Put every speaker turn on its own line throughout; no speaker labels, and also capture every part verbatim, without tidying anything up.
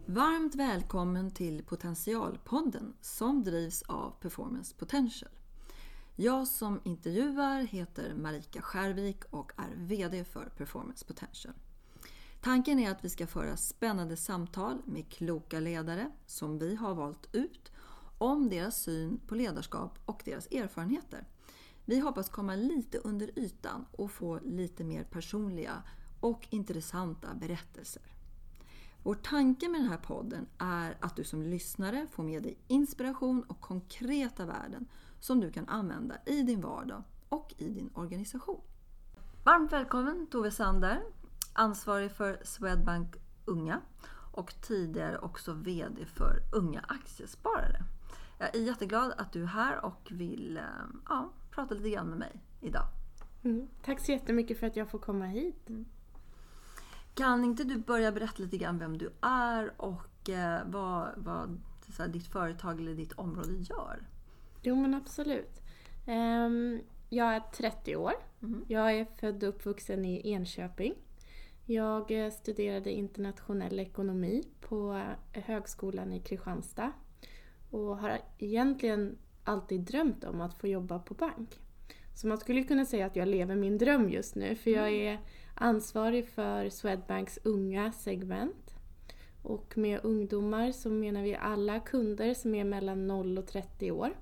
Varmt välkommen till Potentialpodden som drivs av Performance Potential. Jag som intervjuar heter Marika Skärvik och är vd för Performance Potential. Tanken är att vi ska föra spännande samtal med kloka ledare som vi har valt ut om deras syn på ledarskap och deras erfarenheter. Vi hoppas komma lite under ytan och få lite mer personliga och intressanta berättelser. Vår tanke med den här podden är att du som lyssnare får med dig inspiration och konkreta värden som du kan använda i din vardag och i din organisation. Varmt välkommen Tove Sander, ansvarig för Swedbank Unga och tidigare också vd för Unga Aktiesparare. Jag är jätteglad att du är här och vill ja, prata lite grann med mig idag.
Mm, tack så jättemycket för att jag får komma hit. Mm.
Kan inte du börja berätta lite grann vem du är och eh, vad, vad så här, ditt företag eller ditt område gör?
Jo men absolut. Um, jag är trettio år. Mm. Jag är född och uppvuxen i Enköping. Jag studerade internationell ekonomi på högskolan i Kristianstad. Och har egentligen alltid drömt om att få jobba på bank. Så man skulle kunna säga att jag lever min dröm just nu. För jag är ansvarig för Swedbanks unga segment. Och med ungdomar så menar vi alla kunder som är mellan noll och trettio år.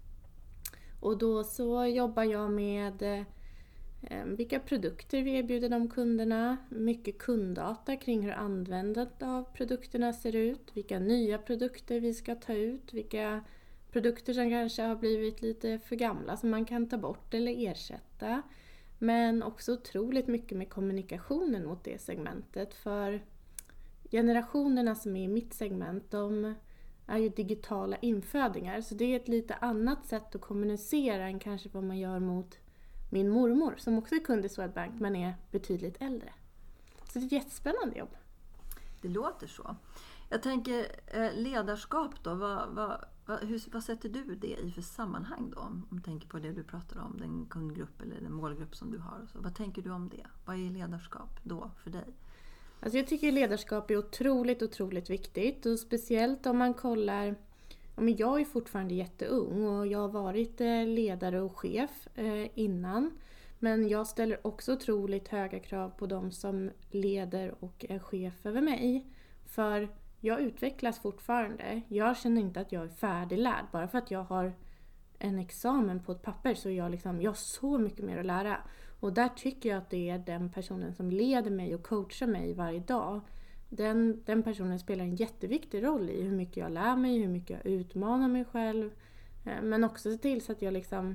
Och då så jobbar jag med eh, vilka produkter vi erbjuder de kunderna. Mycket kunddata kring hur användandet av produkterna ser ut. Vilka nya produkter vi ska ta ut. Vilka produkter som kanske har blivit lite för gamla som man kan ta bort eller ersätta. Men också otroligt mycket med kommunikationen mot det segmentet. För generationerna som är i mitt segment, de är ju digitala infödingar. Så det är ett lite annat sätt att kommunicera än kanske vad man gör mot min mormor. Som också är kund i Swedbank men är betydligt äldre. Så det är ett jättespännande jobb.
Det låter så. Jag tänker ledarskap då. Vad, vad, vad, hur, vad sätter du det i för sammanhang då? Om du tänker på det du pratar om, den kundgrupp eller den målgrupp som du har. Så vad tänker du om det? Vad är ledarskap då för dig?
Alltså jag tycker ledarskap är otroligt, otroligt viktigt. Och speciellt om man kollar... Ja, men jag är fortfarande jätteung och jag har varit ledare och chef eh, innan. Men jag ställer också otroligt höga krav på de som leder och är chef över mig. För jag utvecklas fortfarande. Jag känner inte att jag är färdiglärd. Bara för att jag har en examen på ett papper så är jag, liksom, jag har så mycket mer att lära. Och där tycker jag att det är den personen som leder mig och coachar mig varje dag. Den, den personen spelar en jätteviktig roll i hur mycket jag lär mig, hur mycket jag utmanar mig själv. Men också se till så att jag liksom,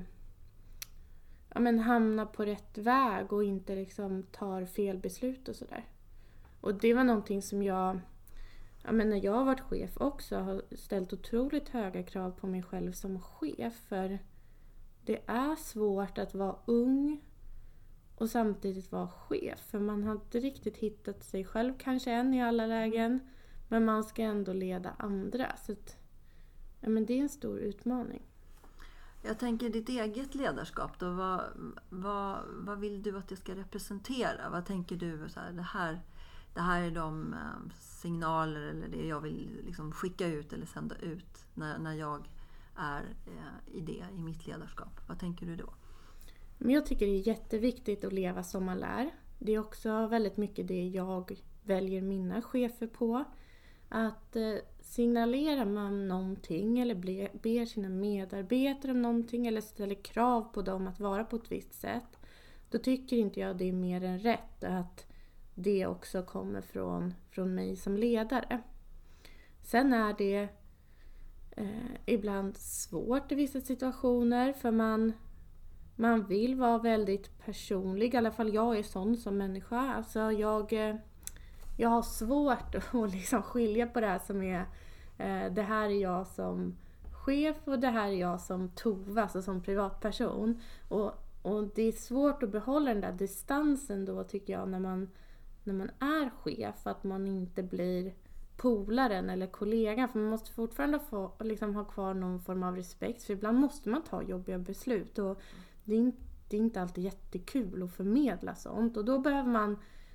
ja, men hamnar på rätt väg och inte liksom tar fel beslut och sådär. Och det var någonting som jag, ja, men när jag har varit chef också, har ställt otroligt höga krav på mig själv som chef. För det är svårt att vara ung och samtidigt vara chef. För man har inte riktigt hittat sig själv kanske än i alla lägen. Men man ska ändå leda andra. Så att, ja, men det är en stor utmaning.
Jag tänker ditt eget ledarskap då. Vad, vad, vad vill du att det ska representera? Vad tänker du så här, det här, det här är de signaler eller det jag vill liksom skicka ut eller sända ut när, när jag är i det, i mitt ledarskap. Vad tänker du då?
Men jag tycker det är jätteviktigt att leva som man lär. Det är också väldigt mycket det jag väljer mina chefer på. Att eh, signalerar man någonting eller ble, ber sina medarbetare om någonting eller ställer krav på dem att vara på ett visst sätt. Då tycker inte jag det är mer än rätt att det också kommer från, från mig som ledare. Sen är det eh, ibland svårt i vissa situationer för man... Man vill vara väldigt personlig, i alla fall jag är sån som människa. Alltså jag, jag har svårt att liksom skilja på det här som är, det här är jag som chef och det här är jag som Tove, alltså som privatperson. Och, och det är svårt att behålla den där distansen då tycker jag när man, när man är chef. Att man inte blir polaren eller kollegan. För man måste fortfarande få, liksom, ha kvar någon form av respekt. För ibland måste man ta jobbiga beslut och det är, inte, det är inte alltid jättekul att förmedla sånt. Och då behöver man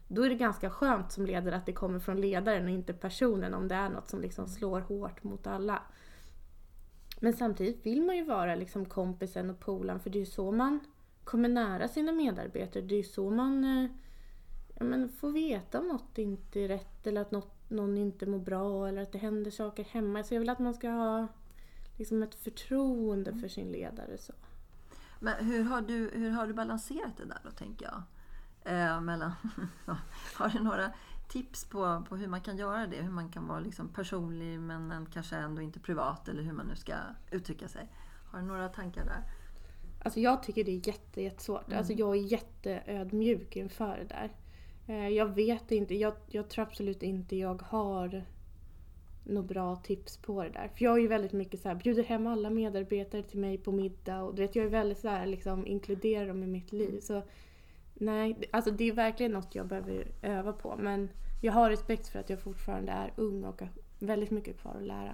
då är det ganska skönt som ledare att det kommer från ledaren och inte personen om det är något som liksom slår hårt mot alla. Men samtidigt vill man ju vara liksom kompisen och polaren, för det är ju så man kommer nära sina medarbetare. Det är ju så man eh, ja, men får veta om något inte är rätt eller att något, någon inte mår bra eller att det händer saker hemma. Så jag vill att man ska ha liksom ett förtroende för sin ledare. Så.
Men hur har du, hur har du balanserat det där då, tänker jag? Eh, mellan, har du några tips på, på hur man kan göra det? Hur man kan vara liksom personlig men kanske ändå inte privat, eller hur man nu ska uttrycka sig. Har du några tankar där?
Alltså jag tycker det är jätte, jättesvårt. Mm. Alltså jag är jätteödmjuk inför det där. Eh, jag vet inte, jag, jag tror absolut inte jag har några bra tips på det där. För jag är ju väldigt mycket så här, bjuder hem alla medarbetare till mig på middag. Och du vet, jag är väldigt så här, liksom inkluderar dem i mitt liv. Så nej, alltså det är verkligen något jag behöver öva på. Men jag har respekt för att jag fortfarande är ung och har väldigt mycket kvar att lära.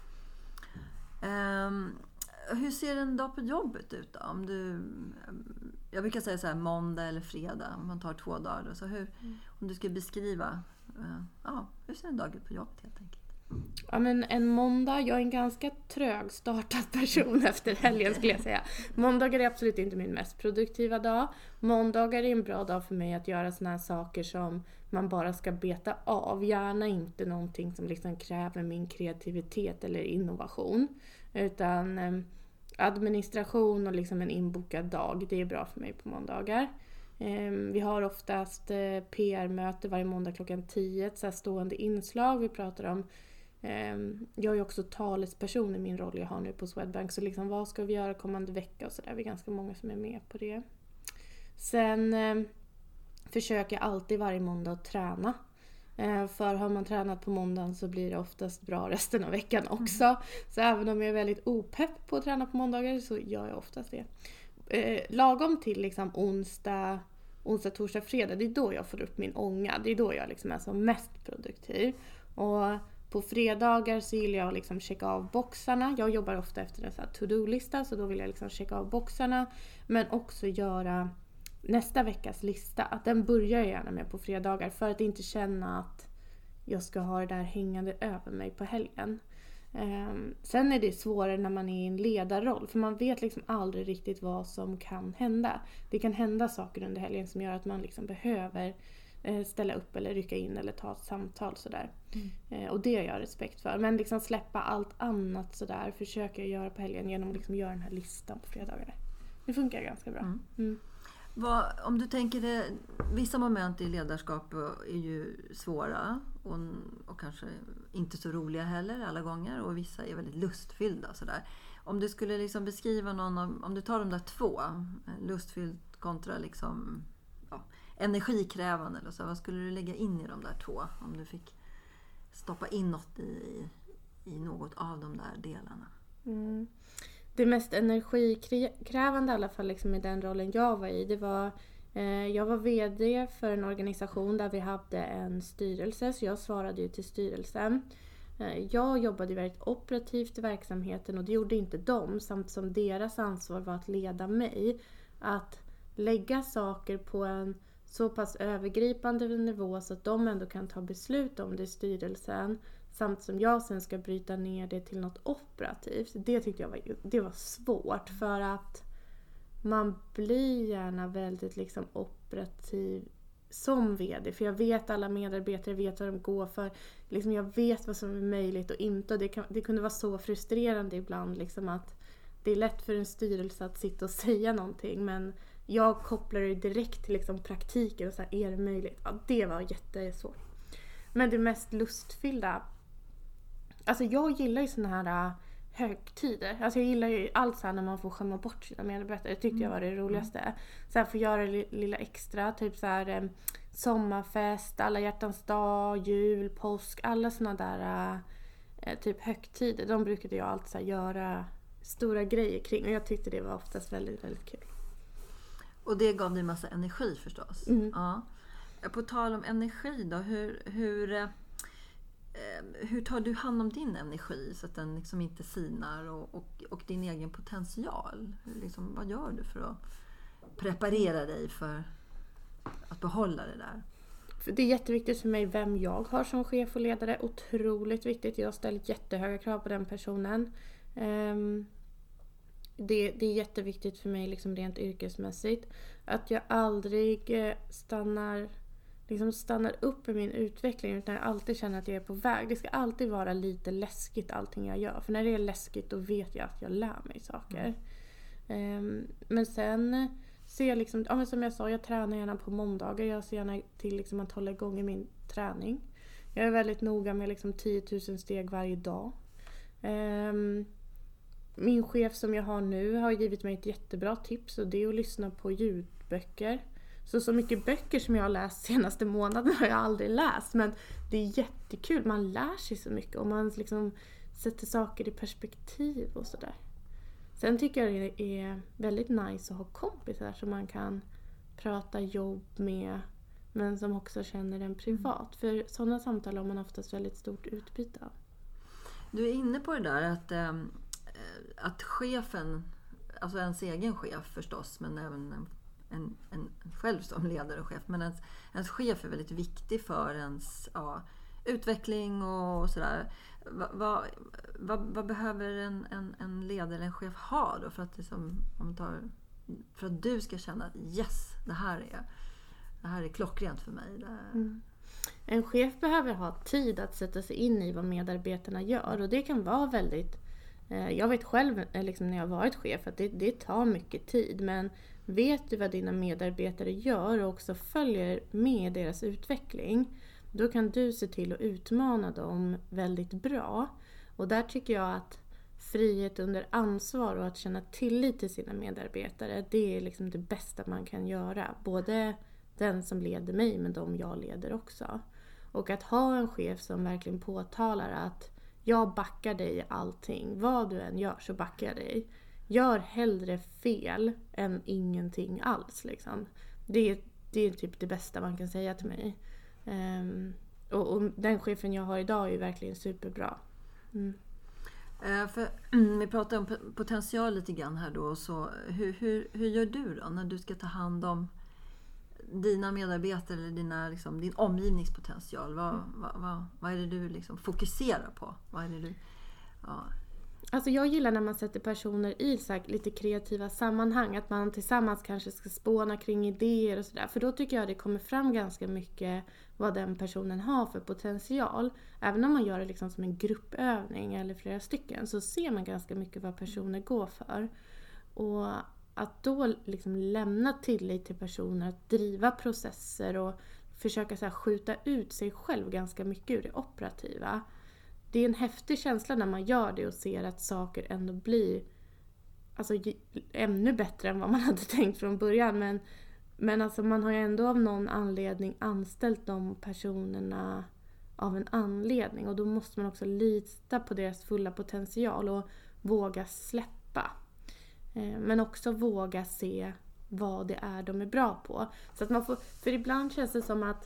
Um, hur ser en dag på jobbet ut då? Om du, jag brukar säga så här, måndag eller fredag. Om man tar två dagar. Då. Så hur, mm. Om du skulle beskriva, uh, ja, hur ser en dag ut på jobbet helt enkelt?
Ja, men en måndag, jag är en ganska trögstartad person efter helgen skulle jag säga. Måndagar är absolut inte min mest produktiva dag. Måndagar är en bra dag för mig att göra såna här saker som man bara ska beta av. Gärna inte någonting som liksom kräver min kreativitet eller innovation. Utan eh, administration och liksom en inbokad dag, det är bra för mig på måndagar. Eh, vi har oftast eh, P R-möte varje måndag klockan tio, ett så här stående inslag. Vi pratar om jag är också talesperson i min roll jag har nu på Swedbank. Så liksom, vad ska vi göra kommande vecka och sådär. Vi är ganska många som är med på det. Sen eh, försöker jag alltid varje måndag att träna. Eh, för har man tränat på måndagen så blir det oftast bra resten av veckan också. Mm. Så även om jag är väldigt opepp på att träna på måndagar så gör jag oftast det. Eh, lagom till liksom onsdag, onsdag, torsdag, fredag. Det är då jag får upp min ånga. Det är då jag liksom är som mest produktiv. Och på fredagar så gillar jag liksom checka av boxarna. Jag jobbar ofta efter en sån här to-do-lista, så då vill jag liksom checka av boxarna. Men också göra nästa veckas lista. Att den börjar jag gärna med på fredagar för att inte känna att jag ska ha det där hängande över mig på helgen. Um, sen är det svårare när man är i en ledarroll, för man vet liksom aldrig riktigt vad som kan hända. Det kan hända saker under helgen som gör att man liksom behöver ställa upp eller rycka in eller ta ett samtal sådär. Mm. Och det har jag respekt för. Men liksom släppa allt annat sådär försöker jag göra på helgen genom att liksom göra den här listan på fredagar. Det funkar ganska bra. Mm. Mm.
Vad, om du tänker det, vissa moment i ledarskap är ju svåra och, och kanske inte så roliga heller alla gånger, och vissa är väldigt lustfyllda sådär. Om du skulle liksom beskriva någon av, om du tar de där två, lustfylld kontra liksom energikrävande eller så, vad skulle du lägga in i de där två om du fick stoppa in något i, i något av de där delarna?
Mm. Det mest energikrävande i alla fall liksom i den rollen jag var i, det var eh, jag var vd för en organisation där vi hade en styrelse, så jag svarade ju till styrelsen. Eh, jag jobbade väldigt operativt i verksamheten och det gjorde inte de, samt som deras ansvar var att leda mig, att lägga saker på en så pass övergripande nivå så att de ändå kan ta beslut om det i styrelsen, samt som jag sen ska bryta ner det till något operativt. Det tyckte jag var, det var svårt, för att man blir gärna väldigt liksom operativ som vd, för jag vet alla medarbetare, vet vad de går för, liksom jag vet vad som är möjligt och inte, och det, kan, det kunde vara så frustrerande ibland liksom, att det är lätt för en styrelse att sitta och säga någonting, men jag kopplar det direkt till liksom praktiken och så här, är det möjligt? Ja, det var jättesvårt. Men det mest lustfyllda, alltså jag gillar ju såna här högtider. Alltså jag gillar ju allt så här när man får skämma bort sina medarbetare. Det tyckte jag var det roligaste. Så här, få göra det lilla extra, typ så här sommarfest, alla hjärtans dag, jul, påsk, alla såna där eh, typ högtider. De brukade jag alltid så här, göra stora grejer kring, och jag tyckte det var oftast väldigt, väldigt kul.
Och det gav dig massa energi förstås. Mm. Ja. På tal om energi då, hur, hur, eh, hur tar du hand om din energi så att den liksom inte sinar, och, och, och din egen potential? Liksom, vad gör du för att preparera dig för att behålla det där?
det är jätteviktigt för mig vem jag har som chef och ledare. Otroligt viktigt. Jag ställer jättehöga krav på den personen. Um, det, det är jätteviktigt för mig liksom rent yrkesmässigt. Att jag aldrig stannar, liksom stannar upp i min utveckling, utan jag alltid känner att jag är på väg. Det ska alltid vara lite läskigt allting jag gör. För när det är läskigt då vet jag att jag lär mig saker. Mm. Um, men sen ser jag liksom, ja, men som jag sa, jag tränar gärna på måndagar. Jag ser gärna till liksom att hålla igång i min träning. Jag är väldigt noga med liksom tio tusen steg varje dag. Um, min chef som jag har nu har givit mig ett jättebra tips, och det är att lyssna på ljudböcker. Så så mycket böcker som jag har läst senaste månaden har jag aldrig läst. Men det är jättekul. Man lär sig så mycket och man liksom sätter saker i perspektiv och sådär. Sen tycker jag det är väldigt nice att ha kompisar som man kan prata jobb med, men som också känner en privat. För sådana samtal har man oftast väldigt stort utbyte av.
Du är inne på det där att, äh, att chefen, alltså ens egen chef förstås, men även en, en, en själv som ledare och chef, men ens, ens chef är väldigt viktig för ens ja, utveckling och sådär. Vad, vad, vad, vad behöver en, en, en ledare eller en chef ha då för att, liksom, om man tar, för att du ska känna att yes, det här är, det här är klockrent för mig. Det här...
mm. En chef behöver ha tid att sätta sig in i vad medarbetarna gör, och det kan vara väldigt, eh, jag vet själv liksom, när jag har varit chef att det, det tar mycket tid, men vet du vad dina medarbetare gör och också följer med deras utveckling, då kan du se till att utmana dem väldigt bra. Och där tycker jag att frihet under ansvar och att känna tillit till sina medarbetare, det är liksom det bästa man kan göra. Både den som leder mig, men de jag leder också. Och att ha en chef som verkligen påtalar att jag backar dig i allting. Vad du än gör så backar jag dig. Gör hellre fel än ingenting alls. Liksom. Det, är, det är typ det bästa man kan säga till mig. Um, och, och den chefen jag har idag är ju verkligen superbra. Mm.
Uh, för, vi pratar om potential lite grann här då. Så hur, hur, hur gör du då när du ska ta hand om dina medarbetare eller dina, liksom, din omgivningspotential? Vad, mm. vad, vad, vad är det du liksom fokuserar på? Vad är det du... Ja.
Alltså jag gillar när man sätter personer i så här lite kreativa sammanhang. Att man tillsammans kanske ska spåna kring idéer och sådär. För då tycker jag det kommer fram ganska mycket vad den personen har för potential. Även om man gör det liksom som en gruppövning eller flera stycken, så ser man ganska mycket vad personer går för. Och att då liksom lämna tillit till personer, att driva processer och försöka så här skjuta ut sig själv ganska mycket ur det operativa. Det är en häftig känsla när man gör det och ser att saker ändå blir alltså, ännu bättre än vad man hade tänkt från början. Men, men alltså, man har ju ändå av någon anledning anställt de personerna av en anledning. Och då måste man också lita på deras fulla potential och våga släppa. Men också våga se vad det är de är bra på. Så att man får, för ibland känns det som att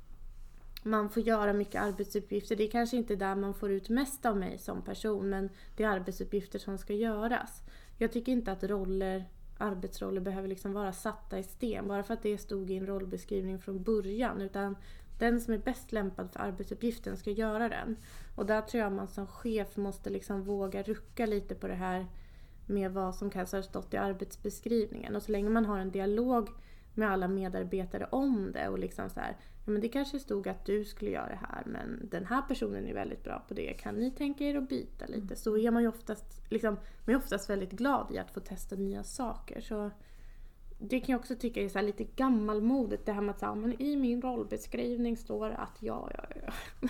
man får göra mycket arbetsuppgifter. Det är kanske inte där man får ut mest av mig som person, men det är arbetsuppgifter som ska göras. Jag tycker inte att roller, arbetsroller behöver liksom vara satta i sten bara för att det stod i en rollbeskrivning från början, utan den som är bäst lämpad för arbetsuppgiften ska göra den. Och där tror jag man som chef måste liksom våga rucka lite på det här med vad som kanske har stått i arbetsbeskrivningen. Och så länge man har en dialog med alla medarbetare om det och liksom så här, ja, men det kanske stod att du skulle göra det här, men den här personen är väldigt bra på det. Kan ni tänka er att byta lite? Mm. Så är man ju oftast, liksom, man är oftast väldigt glad i att få testa nya saker. Så det kan jag också tycka är så här lite gammalmodigt, det här med att säga, men i min rollbeskrivning står det att ja, ja, ja.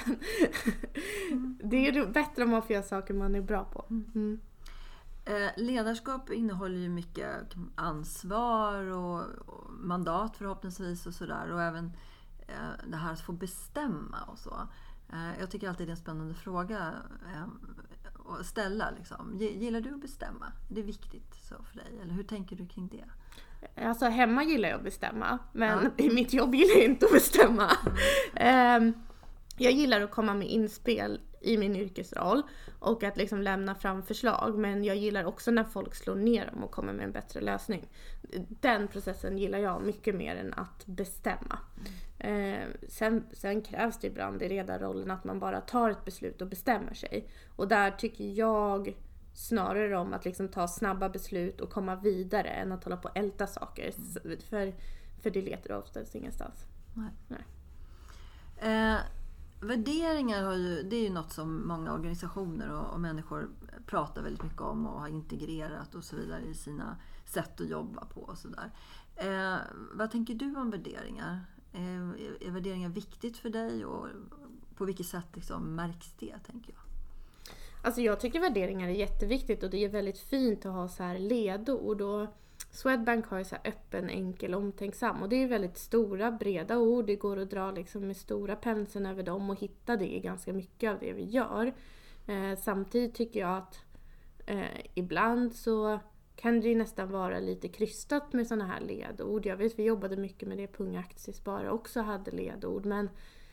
Mm. Det är ju bättre om man får göra saker man är bra på. Mm.
Eh, ledarskap innehåller ju mycket ansvar och, och mandat förhoppningsvis och sådär. Och även eh, det här att få bestämma och så. Eh, jag tycker alltid det är en spännande fråga eh, att ställa. Liksom. Gillar du att bestämma? Är det viktigt så för dig? Eller hur tänker du kring det?
Alltså hemma gillar jag att bestämma. Men ja. I mitt jobb gillar jag inte att bestämma. Mm. eh, jag gillar att komma med inspel i min yrkesroll och att liksom lämna fram förslag, men jag gillar också när folk slår ner dem och kommer med en bättre lösning. Den processen gillar jag mycket mer än att bestämma. Eh, sen, sen krävs det ibland i ledarrollen att man bara tar ett beslut och bestämmer sig. Och där tycker jag snarare om att liksom ta snabba beslut och komma vidare än att hålla på och älta saker. Mm. För, för det leder oftast ingenstans.
Nej. Nej. Eh, värderingar har ju, det är ju något som många organisationer och, och människor pratar väldigt mycket om och har integrerat och så vidare i sina sätt att jobba på och sådär. Eh, vad tänker du om värderingar? Eh, är, är värderingar viktigt för dig och på vilket sätt liksom märks det, tänker jag?
Alltså jag tycker värderingar är jätteviktigt och det är väldigt fint att ha så här ledord. Och Swedbank har ju så här öppen, enkel, omtänksam. Och det är väldigt stora, breda ord. Det går att dra liksom med stora penseln över dem och hitta det i ganska mycket av det vi gör. Eh, samtidigt tycker jag att eh, ibland så kan det ju nästan vara lite krystat med såna här ledord. Jag vet vi jobbade mycket med det på Unga Aktiesparare också hade ledord. Men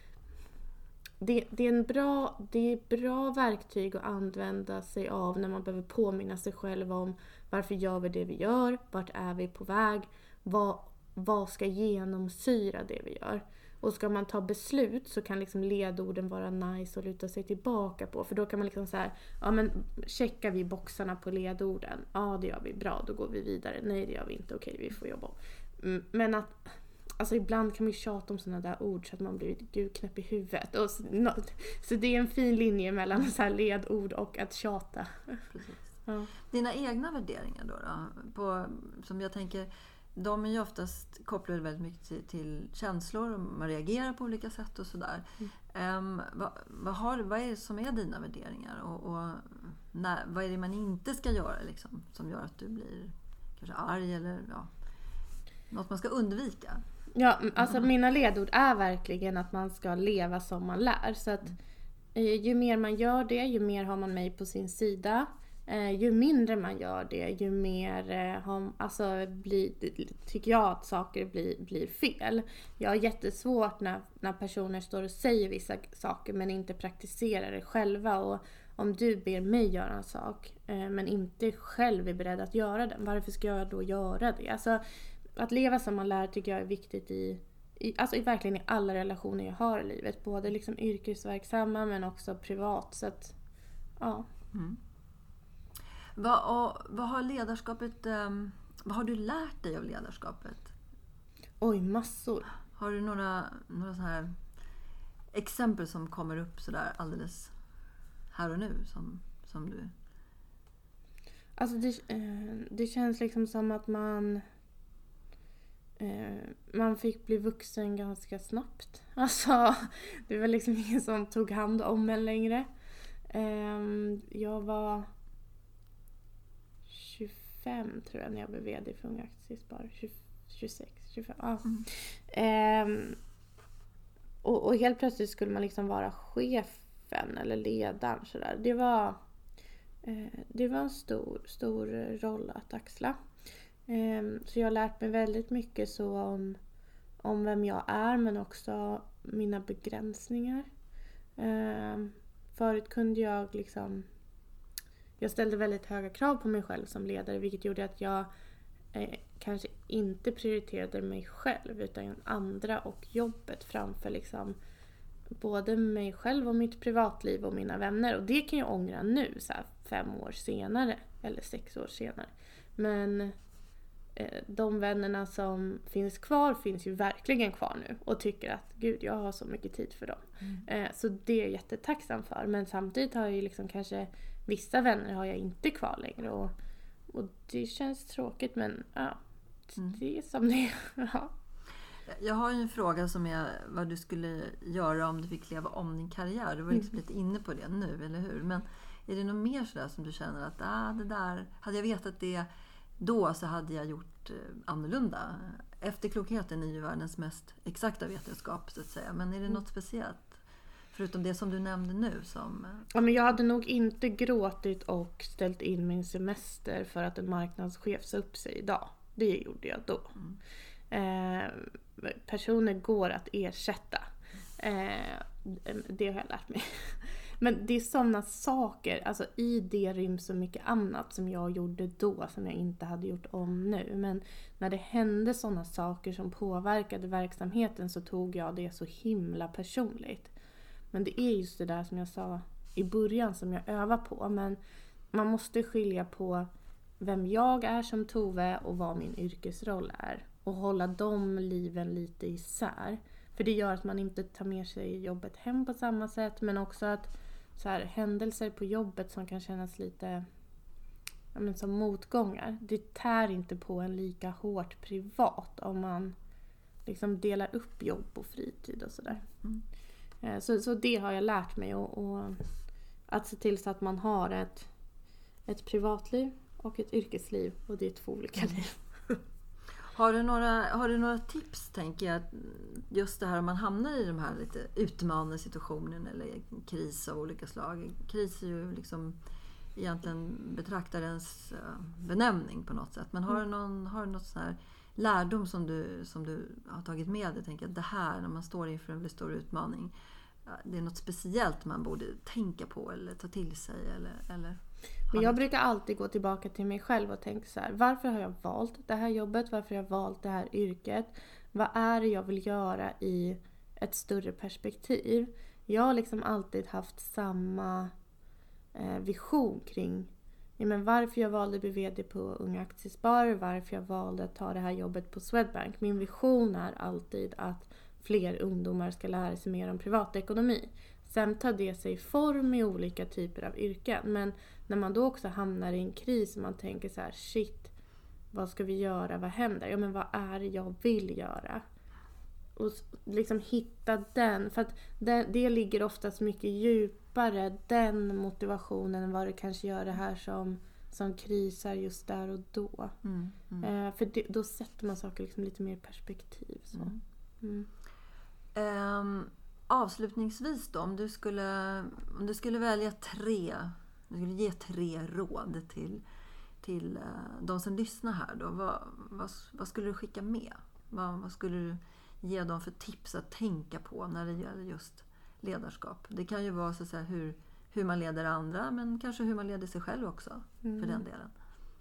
det, det, är en bra, det är bra verktyg att använda sig av när man behöver påminna sig själv om varför gör vi det vi gör, vart är vi på väg, vad, vad ska genomsyra det vi gör. Och ska man ta beslut så kan liksom ledorden vara nice att luta sig tillbaka på. För då kan man liksom så här, ja men checkar vi boxarna på ledorden? Ja det gör vi, bra, då går vi vidare. Nej det gör vi inte, okej vi får jobba. Men att, alltså ibland kan man ju tjata om sådana där ord så att man blir gudknäpp i huvudet. Och så, så det är en fin linje mellan så här ledord och att tjata.
Precis.
Ja.
Dina egna värderingar då, då på, som jag tänker, de är ju oftast kopplade väldigt mycket till, till känslor och man reagerar på olika sätt och sådär. Mm. Um, vad, vad, har, vad är det som är dina värderingar och, och när, vad är det man inte ska göra liksom, som gör att du blir kanske arg eller ja, något man ska undvika?
Ja, alltså mm. mina ledord är verkligen att man ska leva som man lär. Så att mm. ju mer man gör det, ju mer har man mig på sin sida. Eh, ju mindre man gör det, ju mer eh, har, alltså, blir, tycker jag att saker blir, blir fel. Jag har jättesvårt när, när personer står och säger vissa saker men inte praktiserar det själva. Och om du ber mig göra en sak eh, men inte själv är beredd att göra den, varför ska jag då göra det? Alltså, att leva som man lär tycker jag är viktigt i, i, alltså, i verkligen i alla relationer jag har i livet. Både liksom yrkesverksamma men också privat. Så att, ja.
Mm. Vad, och, vad har ledarskapet, um, vad har du lärt dig av ledarskapet?
Oj, massor.
Har du några, några så här exempel som kommer upp så där alldeles här och nu som, som du...
Alltså det, eh, det känns liksom som att man eh, man fick bli vuxen ganska snabbt. Alltså det var liksom ingen som tog hand om en längre. Eh, jag var tjugofem tror jag när jag blev vd för Unga Aktiesparare. tjugosex, tjugofem. Ja. Mm. Eh, och, och helt plötsligt skulle man liksom vara chefen eller ledaren. Så där. Det var eh, det var en stor, stor roll att axla. Eh, så jag har lärt mig väldigt mycket så om, om vem jag är men också mina begränsningar. Eh, förut kunde jag liksom Jag ställde väldigt höga krav på mig själv som ledare, vilket gjorde att jag eh, kanske inte prioriterade mig själv utan andra och jobbet framför liksom både mig själv och mitt privatliv och mina vänner. Och det kan jag ångra nu så här fem år senare eller sex år senare. Men eh, de vännerna som finns kvar finns ju verkligen kvar nu och tycker att gud, jag har så mycket tid för dem. Mm. Eh, så det är jag jättetacksam för. Men samtidigt har jag ju liksom kanske vissa vänner har jag inte kvar längre och, och det känns tråkigt men ja, mm. det är som det är. Ja.
Jag har ju en fråga som är vad du skulle göra om du fick leva om din karriär. Du var liksom mm. lite inne på det nu, eller hur? Men är det något mer sådär som du känner att ah, det där, hade jag vetat det då så hade jag gjort eh, annorlunda? Efterklokheten är ju världens mest exakta vetenskap så att säga. Men är det mm. något speciellt? Förutom det som du nämnde nu som...
Ja, men jag hade nog inte gråtit och ställt in min semester för att en marknadschef sa upp sig idag. Det gjorde jag då. Mm. Eh, personer går att ersätta. Eh, det har jag lärt mig. Men det är sådana saker, alltså i det ryms så mycket annat som jag gjorde då som jag inte hade gjort om nu. Men när det hände sådana saker som påverkade verksamheten så tog jag det så himla personligt. Men det är just det där som jag sa i början som jag övar på. Men man måste skilja på vem jag är som Tove och vad min yrkesroll är. Och hålla de liven lite isär. För det gör att man inte tar med sig jobbet hem på samma sätt. Men också att så här, händelser på jobbet som kan kännas lite ja, men som motgångar. Det tär inte på en lika hårt privat om man liksom delar upp jobb och fritid och sådär. Mm. Så, så det har jag lärt mig. Och, och att se till så att man har ett, ett privatliv och ett yrkesliv. Och det är två olika liv.
Har du, några, har du några tips, tänker jag, just det här om man hamnar i de här lite utmanande situationen eller kris av olika slag. Kris är ju liksom egentligen betraktarens benämning på något sätt. Men har du någon, har du något sån här lärdom som du, som du har tagit med dig? Tänker att det här, när man står inför en stor utmaning, det är något speciellt man borde tänka på eller ta till sig eller... eller
Men jag brukar alltid gå tillbaka till mig själv och tänka så här: varför har jag valt det här jobbet? Varför har jag valt det här yrket? Vad är det jag vill göra i ett större perspektiv? Jag har liksom alltid haft samma eh, vision kring ja, men varför jag valde att bli vd på Unga Aktiesparare, varför jag valde att ta det här jobbet på Swedbank. Min vision är alltid att fler ungdomar ska lära sig mer om privatekonomi. Sen tar det sig form i olika typer av yrken. Men när man då också hamnar i en kris och man tänker så här: shit, vad ska vi göra? Vad händer? Ja, men vad är det jag vill göra? Och liksom hitta den. För att det, det ligger oftast mycket djupare, den motivationen, än vad det kanske gör det här som, som krisar just där och då. Mm, mm. Eh, för det, då sätter man saker liksom lite mer i perspektiv. Så. Mm. Mm.
Um. Avslutningsvis då, om du skulle, om du skulle välja tre, du skulle ge tre råd till, till uh, de som lyssnar här då, vad, vad, vad skulle du skicka med? Vad, vad skulle du ge dem för tips att tänka på när det gäller just ledarskap? Det kan ju vara så att säga hur, hur man leder andra, men kanske hur man leder sig själv också, mm. för den delen.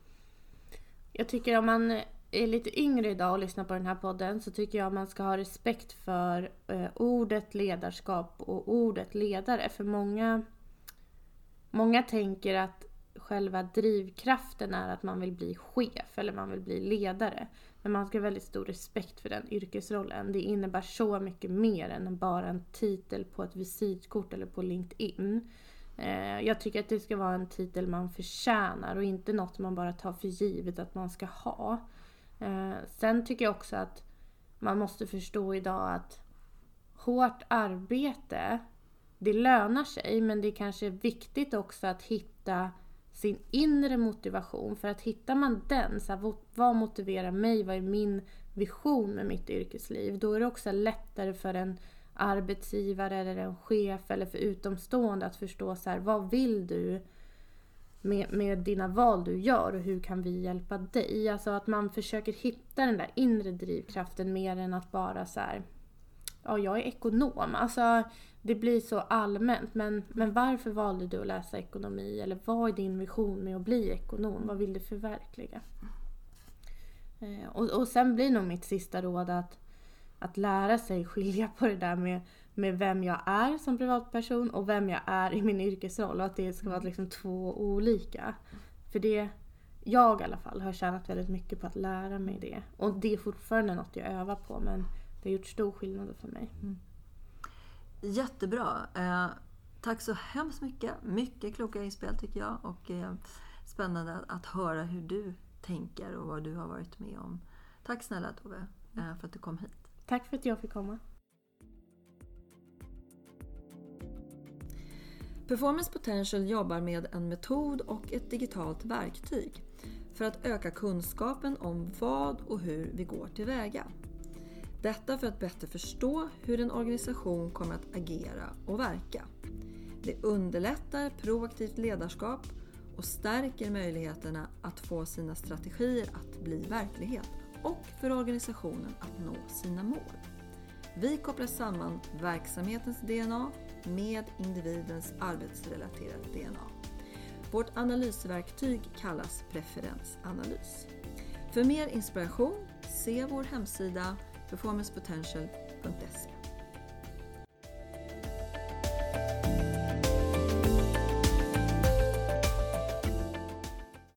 Jag tycker om man är lite yngre idag och lyssnar på den här podden, så tycker jag att man ska ha respekt för eh, ordet ledarskap och ordet ledare. För många, många tänker att själva drivkraften är att man vill bli chef eller man vill bli ledare. Men man ska ha väldigt stor respekt för den yrkesrollen. Det innebär så mycket mer än bara en titel på ett visitkort eller på LinkedIn. Eh, jag tycker att det ska vara en titel man förtjänar och inte något man bara tar för givet att man ska ha. Eh, sen tycker jag också att man måste förstå idag att hårt arbete, det lönar sig, men det är kanske viktigt också att hitta sin inre motivation. För att hittar man den, så här, vad motiverar mig, vad är min vision med mitt yrkesliv, då är det också lättare för en arbetsgivare eller en chef eller för utomstående att förstå så här, vad vill du med, med dina val du gör och hur kan vi hjälpa dig. Alltså att man försöker hitta den där inre drivkraften mer än att bara så här, ja, jag är ekonom. Alltså det blir så allmänt, men, men varför valde du att läsa ekonomi? Eller vad är din vision med att bli ekonom? Vad vill du förverkliga? Eh, och, och sen blir nog mitt sista råd att Att lära sig skilja på det där med, med vem jag är som privatperson och vem jag är i min yrkesroll. Och att det ska vara liksom två olika. För det, jag i alla fall, har tjänat väldigt mycket på att lära mig det. Och det är fortfarande något jag övar på, men det har gjort stor skillnad för mig.
Mm. Jättebra. Eh, tack så hemskt mycket. Mycket kloka inspel tycker jag. Och eh, spännande att höra hur du tänker och vad du har varit med om. Tack snälla Tove eh, för att du kom hit.
Tack för att jag fick komma.
Performance Potential jobbar med en metod och ett digitalt verktyg för att öka kunskapen om vad och hur vi går tillväga. Detta för att bättre förstå hur en organisation kommer att agera och verka. Det underlättar proaktivt ledarskap och stärker möjligheterna att få sina strategier att bli verklighet och för organisationen att nå sina mål. Vi kopplar samman verksamhetens D N A med individens arbetsrelaterade D N A. Vårt analysverktyg kallas preferensanalys. För mer inspiration, se vår hemsida performance potential punkt se.